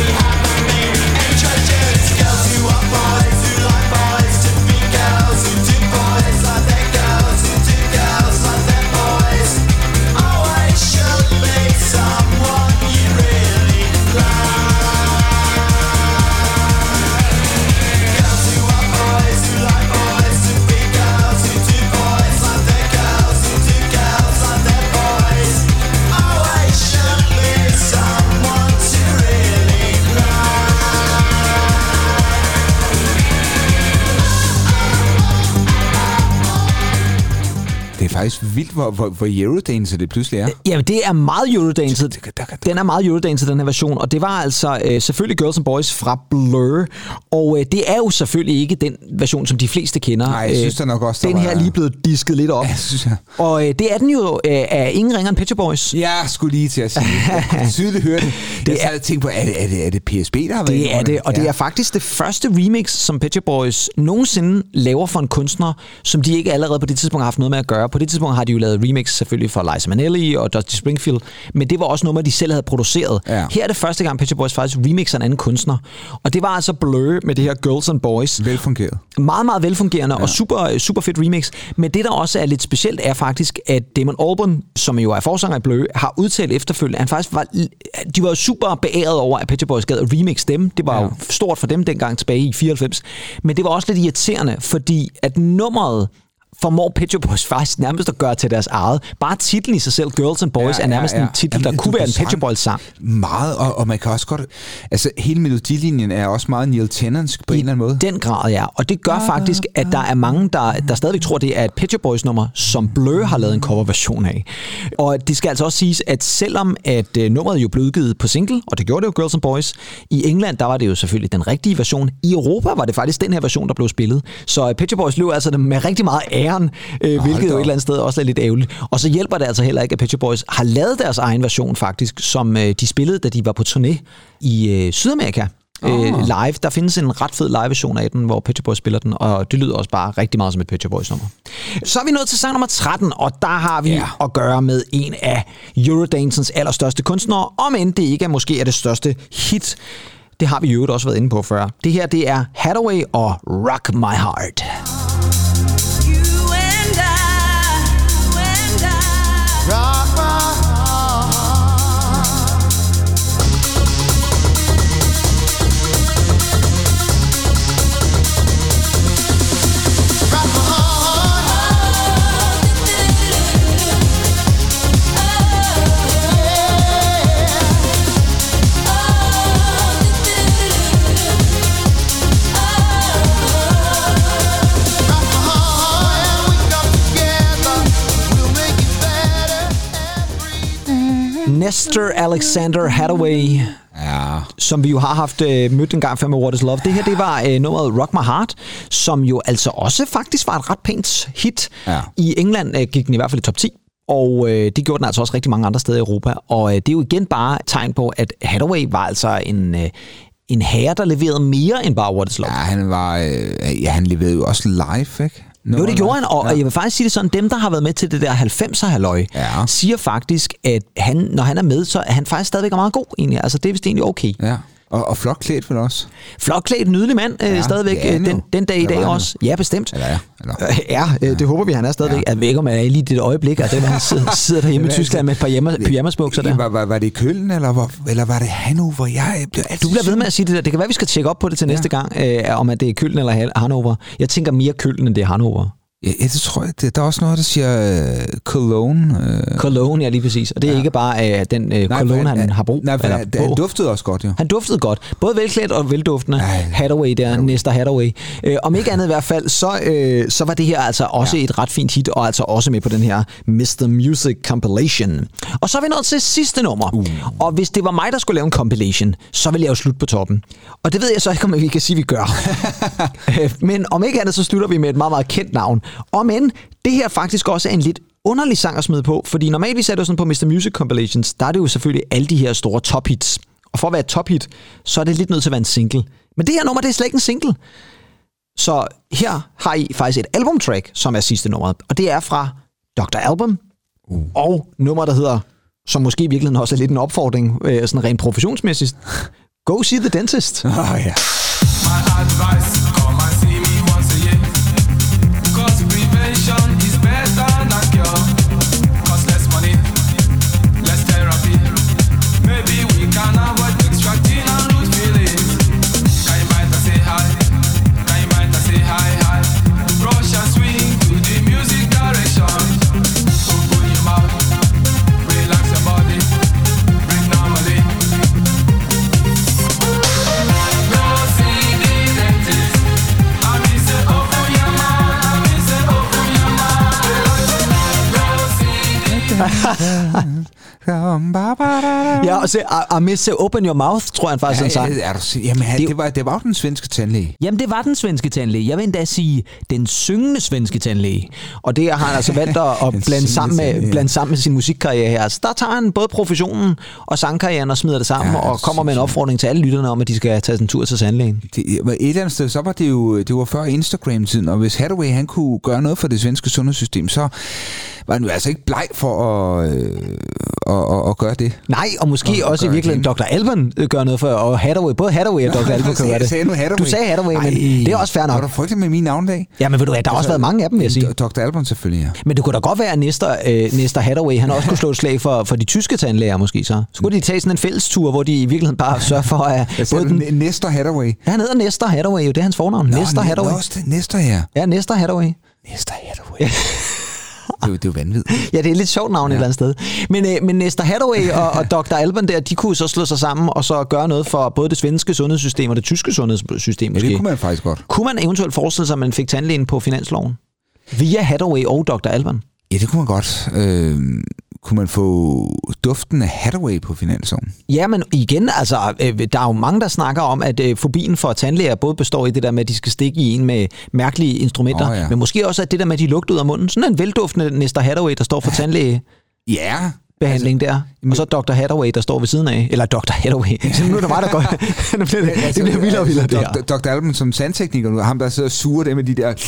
Det er faktisk vildt, hvor Eurodance det pludselig er. Jamen, det er meget Eurodance. Den er meget Eurodance, den her version. Og det var altså selvfølgelig Girls and Boys fra Blur. Og det er jo selvfølgelig ikke den version, som de fleste kender. Nej, jeg synes der nok også, den her er lige blevet disket lidt op. Ja, synes jeg. Og det er den jo af ingen ringere end Pet Shop Boys. Jeg skulle lige til at sige det. Jeg kunne tydeligt høre det. Jeg havde tænkt på, er det PSB, der har været? Det er det, og det er faktisk det første remix, som Pet Shop Boys nogensinde laver for en kunstner, som de ikke allerede på det tidspunkt har haft noget med at gøre. På det tidspunkt har de jo lavet remix selvfølgelig for Liza Minnelli og Dusty Springfield, men det var også nummer, de selv havde produceret. Ja. Her er det første gang, Pet Shop Boys faktisk remixer en anden kunstner, og det var altså Blur med det her Girls and Boys. Velfungeret. Meget, meget velfungerende og super fedt remix. Men det, der også er lidt specielt, er faktisk, at Damon Albarn, som jo er forsanger i Blur, har udtalt efterfølgende, han faktisk de var jo super beæret over, at Pet Shop Boys gad at remix dem. Det var jo stort for dem dengang tilbage i 94. Men det var også lidt irriterende, fordi at nummeret formår Pet Shop Boys faktisk nærmest at gøre til deres eget. Bare titlen i sig selv, Girls and Boys, er nærmest en titel, der kunne være en Pet Shop Boys sang. Meget, og man kan også godt... Altså, hele melodilinjen er også meget Neil Tennantsk på en eller anden måde. Den grad, ja. Og det gør faktisk, at der er mange, der stadigvæk tror, det er et Pet Shop Boys nummer, som Blur har lavet en coverversion af. Og det skal altså også siges, at selvom at nummeret jo blev udgivet på single, og det gjorde det jo Girls and Boys, i England, der var det jo selvfølgelig den rigtige version. I Europa var det faktisk den her version, der blev spillet. Så Pet Shop Boys løb altså med rigtig meget æren, hvilket jo et eller andet sted også er lidt ærgerligt. Og så hjælper det altså heller ikke, at Pet Shop Boys har lavet deres egen version faktisk, som de spillede, da de var på turné i Sydamerika. Live. Der findes en ret fed live-version af den, hvor Pet Shop Boys spiller den, og det lyder også bare rigtig meget som et Pet Shop Boys nummer. Så er vi nået til sang nummer 13, og der har vi at gøre med en af Eurodancens allerstørste kunstnere, om end det ikke måske er det største hit. Det har vi jo også været inde på før. Det her, det er Hathaway og Rock My Heart. Rock my heart. Rock my heart. Rock my heart and we come together. We'll make it better every day. Nestor Alexander Hathaway, som vi jo har haft mødt en gang før med What Is Love. Det her, det var nummeret Rock My Heart, som jo altså også faktisk var et ret pænt hit. Ja. I England gik den i hvert fald i top 10. Og det gjorde den altså også rigtig mange andre steder i Europa. Og det er jo igen bare et tegn på, at Hathaway var altså en herre, der leverede mere end bare What Is Love. Ja, han leverede jo også live, ikke? Jo, det gjorde han, og jeg vil faktisk sige det sådan, dem, der har været med til det der 90'er-halløj, siger faktisk, at når han er med, så er han faktisk stadigvæk meget god, egentlig. Altså, det er vist egentlig okay. Ja. Og flot klædt vel også? Flot klædt, nydelig mand, stadigvæk den dag i dag også. Ja, bestemt. Det håber vi, han er stadigvæk. Jeg ved ikke, om jeg er lige det øjeblik, at han sidder derhjemme i Tyskland med et par pyjamasbukser der. Var det Køln, eller var det Hannover? Du bliver ved med at sige det der. Det kan være, vi skal tjekke op på det til næste gang, om at det er Køln eller Hannover. Jeg tænker mere Køln, end det er Hannover. Ja, det tror jeg. Der er også noget, der siger cologne. Cologne, ja, lige præcis. Og det er ikke bare den cologne, han har brug. Nej, han duftede også godt, jo. Han duftede godt. Både velklædt og velduftende. Hathaway der, Nesta Hathaway. Om ikke andet i hvert fald, så var det her altså også et ret fint hit, og altså også med på den her Mr. Music compilation. Og så er vi nået til sidste nummer. Og hvis det var mig, der skulle lave en compilation, så ville jeg jo slutte på toppen. Og det ved jeg så ikke, om vi kan sige, vi gør. Men om ikke andet, så slutter vi med et meget, meget kendt navn. Og men det her faktisk også er en lidt underlig sang at smide på, fordi normalt er det jo sådan på Mr. Music Compilations, der er det jo selvfølgelig alle de her store top hits. Og for at være et top hit, så er det lidt nødt til at være en single. Men det her nummer, det er slet ikke en single. Så her har I faktisk et albumtrack, som er sidste nummeret. Og det er fra Dr. Alban. Og nummer, der hedder, som måske i virkeligheden også er lidt en opfordring, sådan rent professionsmæssigt, Go See the Dentist. Ja. My advice, come and see me once a year. Cause prevention is better than cure. Cause less money, less therapy. Maybe we can avoid extracting and root feelings. Can you mind to say hi? Can you mind to say hi, hi? Brush and swing to the music direction. Open your mouth, relax your body, breathe normally. Ja, og så I miss open your mouth, tror jeg faktisk, han sang. Jamen, det var jo den svenske tandlæge. Jamen, det var den svenske tandlæge. Jeg vil endda sige, den syngende svenske tandlæge. Og det har han altså valgt at blande sammen med sin musikkarriere her. Altså, der tager han både professionen og sangkarrieren og smider det sammen, og kommer med en opfordring til alle lytterne om, at de skal tage en tur til tandlægen. Et eller andet sted, så var det jo, det var før Instagram-tiden, og hvis Hathaway, han kunne gøre noget for det svenske sundhedssystem, så var han jo altså ikke bleg for at gøre det. Nej, og måske også i virkeligheden Dr. Alban gør noget for, og Hathaway, både Hathaway og Dr. Alban kan gøre det. Du sagde Hathaway, men det er også fair nok. Var du frygtelig med mine navndag? Ja, men ved du hvad, der har også været mange af dem, vil jeg sige. Dr. Alban selvfølgelig, ja. Men det kunne da godt være, at Nesta Hathaway, han også kunne slå et slag for de tyske tandlæger måske så. Så kunne de tage sådan en fællestur, hvor de i virkeligheden bare sørger for at... Nesta Hathaway. Ja, han hedder Nesta Hathaway, jo, det er hans fornavn. Nesta Hathaway. Nesta her. Ja, Nesta Hathaway. Nesta Hathaway. Det er jo vanvittigt. Ja, det er lidt sjovt navn et eller andet sted. Men Nesta Hathaway og Dr. Alban der, de kunne så slå sig sammen og så gøre noget for både det svenske sundhedssystem og det tyske sundhedssystem. Ja, det kunne man faktisk godt. Kunne man eventuelt forestille sig, at man fik tandlægen på finansloven? Via Hathaway og Dr. Alban? Ja, det kunne man godt. Kunne man få duften af Hathaway på finansloven? Ja, men igen, altså, der er jo mange, der snakker om, at fobien for tandlæger både består i det der med, at de skal stikke i en med mærkelige instrumenter, ja. Men måske også, at det der med, at de lugter ud af munden. Sådan en velduftende Nesta Hathaway, der står for tandlæge. Ja. Behandling der. Og så Dr. Hathaway, der står ved siden af. Eller Dr. Hathaway. Nu er det mig, der går. Det bliver vildere og vildere, det her. Dr. Alban som sandtekniker nu, ham der sidder og suger det med de der...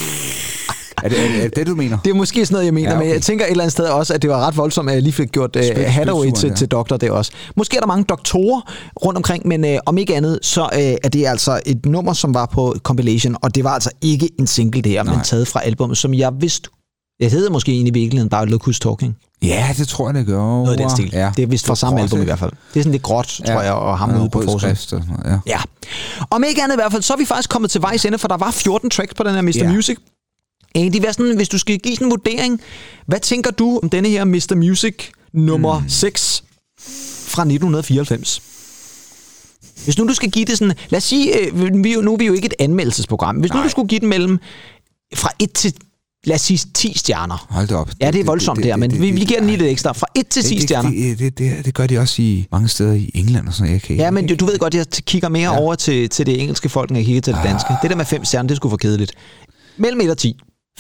Er det, du mener? Det er måske sådan noget, jeg mener, ja, okay. Men jeg tænker et eller andet sted også, at det var ret voldsomt, at jeg lige fik gjort Hathaway til doktor der også. Måske er der mange doktorer rundt omkring, men om ikke andet, så er det altså et nummer, som var på compilation, og det var altså ikke en single det her, men taget fra albumet, som jeg vidste. Det hedder måske egentlig i virkeligheden bare Look Who's Talking. Ja, det tror jeg, det gør. Noget af den stil. Ja. Det er vist fra samme album i hvert fald. Det er sådan lidt gråt, tror jeg, og ham ude på forsiden. Ja. Om ikke andet i hvert fald, så er vi faktisk kommet til vejs ende, for der var 14 tracks på den her Mr. Music. Det var sådan, hvis du skal give sådan en vurdering, hvad tænker du om denne her Mr. Music nummer 6 fra 1994? Hvis nu du skal give det sådan, lad os sige, nu er vi jo ikke et anmeldelsesprogram. Hvis nu du skulle give den mellem fra 1 til, lad os sige, 10 stjerner. Hold da op. Ja, det er voldsomt det her, men vi giver den lige lidt ekstra. Fra 1 til 10 stjerner. Det gør de også i mange steder i England og sådan noget. Ja, men du ved godt, jeg kigger mere over til det engelske folk, end jeg kigger til det danske. Det der med 5 stjerner, det skulle for kedeligt. Mellem 1 og 10.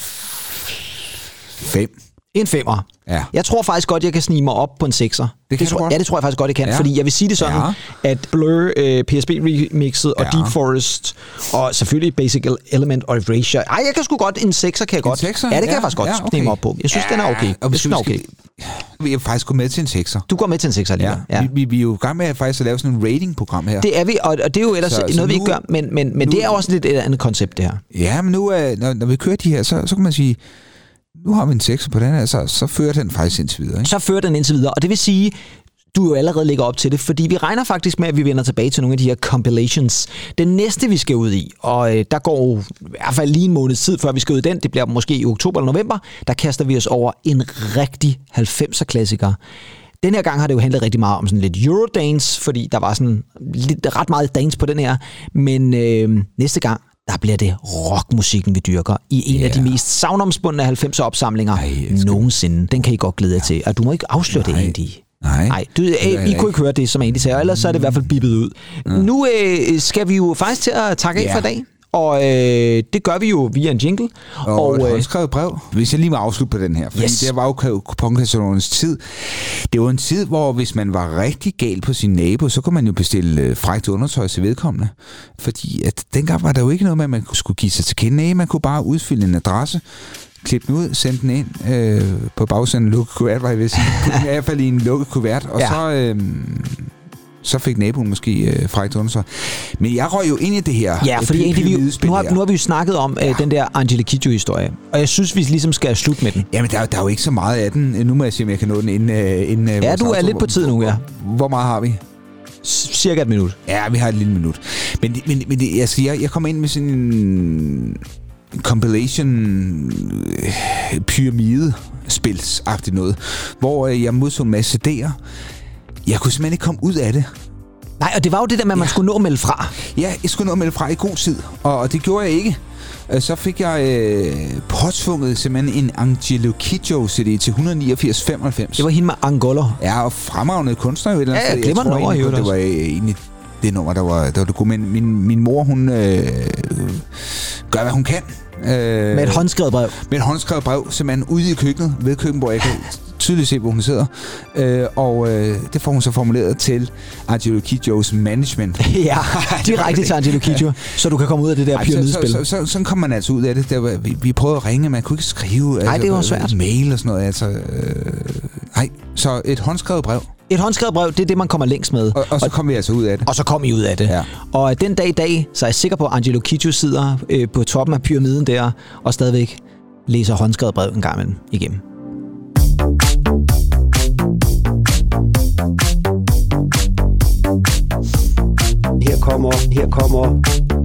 5. En 5'er. Ja. Jeg tror faktisk godt, jeg kan snige mig op på en 6'er. Det tror jeg faktisk godt, jeg kan. Ja. Fordi jeg vil sige det sådan, at Blur, PSB-remixet og Deep Forest, og selvfølgelig Basic Element og Erasure. Jeg kan sgu godt, en 6'er kan jeg godt. Ja, det kan jeg faktisk godt snige mig op på. Jeg synes, den er okay. Vi er faktisk gået med til en 6'er. Du går med til en 6'er lige. Ja. Vi er jo i gang med faktisk at lave sådan en rating-program her. Det er vi, og det er jo ellers noget, vi ikke gør. Men det er også lidt et andet koncept, det her. Ja, men nu, når vi kører de her, så kan man sige... Nu har vi en 6 på den her, så fører den faktisk indtil videre. Ikke? Så fører den indtil videre, og det vil sige, du jo allerede lægger op til det, fordi vi regner faktisk med, at vi vender tilbage til nogle af de her compilations. Den næste, vi skal ud i, og der går i hvert fald lige en måneds tid, før vi skal ud i den, det bliver måske i oktober eller november, der kaster vi os over en rigtig 90'er-klassiker. Den her gang har det jo handlet rigtig meget om sådan lidt Eurodance, fordi der var sådan ret meget dance på den her, men næste gang, der bliver det rockmusikken, vi dyrker, i en af de mest savnomspundne 90'er-opsamlinger nogensinde. Den kan I godt glæde jer til, og du må ikke afsløre det, Andy. Nej, I kunne ikke høre det, som Andy sagde, ellers så er det i hvert fald bippet ud. Nu skal vi jo faktisk til at takke af for i dag. Og det gør vi jo via en jingle. Og et håndskrevet brev. Hvis jeg lige må afslutte på den her. Fordi det var jo kuponkatalogens tid. Det var en tid, hvor hvis man var rigtig gal på sin nabo, så kunne man jo bestille frækt undertøj til vedkommende. Fordi at dengang var der jo ikke noget med, at man skulle give sig til kende. Nej, man kunne bare udfylde en adresse, klippe den ud, sende den ind på bagsiden af en lukket kuvert, var jeg ved at sige. I hvert fald i en lukket kuvert. Og så fik naboen måske frækt undertøj. Men jeg røg jo ind i det her. Ja, fordi nu har vi jo snakket om den der Angela Kidjo-historie, og jeg synes, vi ligesom skal slutte med den. Jamen, der er jo ikke så meget af den. Nu må jeg se, om jeg kan nå den inden ja, du er lidt på tid nu, ja. Hvor meget har vi? Cirka et minut. Ja, vi har et lille minut. Men jeg kommer ind med sådan en compilation pyramide-spilsagtigt noget, hvor jeg modtog en masse CD'er. Jeg kunne simpelthen ikke komme ud af det. Nej, og det var jo det der med, at man skulle nå at melde fra. Ja, jeg skulle nå at melde fra i god tid, og det gjorde jeg ikke. Så fik jeg påtvunget simpelthen en Angelo Kidjo CD til 189,95. Det var hende med Angola. Ja, og fremragende kunstner jo et eller andet sted. Ja, glemmer nummer jo. Det var egentlig det nummer, der var det gode. Men min mor, hun gør, hvad hun kan. Med et håndskrevet brev. Med et håndskrevet brev, simpelthen ude i køkkenet, ved køkkenbordet. Jeg kan tydeligt se, hvor hun sidder. Det får hun så formuleret til Angelo Kidjos management. Ja, direkte til Angelo Kidjo, så du kan komme ud af det der pyramidespil. Sådan kom man altså ud af det. Vi prøvede at ringe, man kunne ikke skrive. Nej, det var svært. Mail og sådan noget. Så et håndskrevet brev. Et håndskrevet brev, det er det, man kommer længst med. Og så kom vi altså ud af det. Og så kom I ud af det. Ja. Og den dag i dag, så er jeg sikker på, at Angelo Kidjo sidder på toppen af pyramiden der, og stadigvæk læser håndskrevet brev en gang imellem igennem. Her kommer.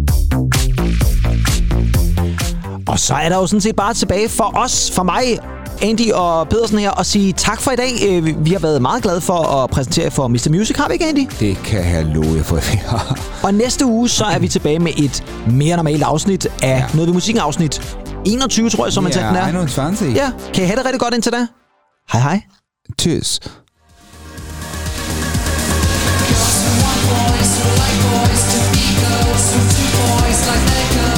Og så er der jo sådan set bare tilbage for os, for mig, Andy og Pedersen her, og sige tak for i dag. Vi har været meget glade for at præsentere for Mr. Music, har vi ikke, Andy? Det kan jeg love jer for. Og næste uge, så er vi tilbage med et mere normalt afsnit af Noget ved musikken afsnit 21, tror jeg, som man tænker den er. 21. Ja, kan I have det rigtig godt indtil da? Hej hej. Tschüss. Boys to be girls, from two boys like Lego.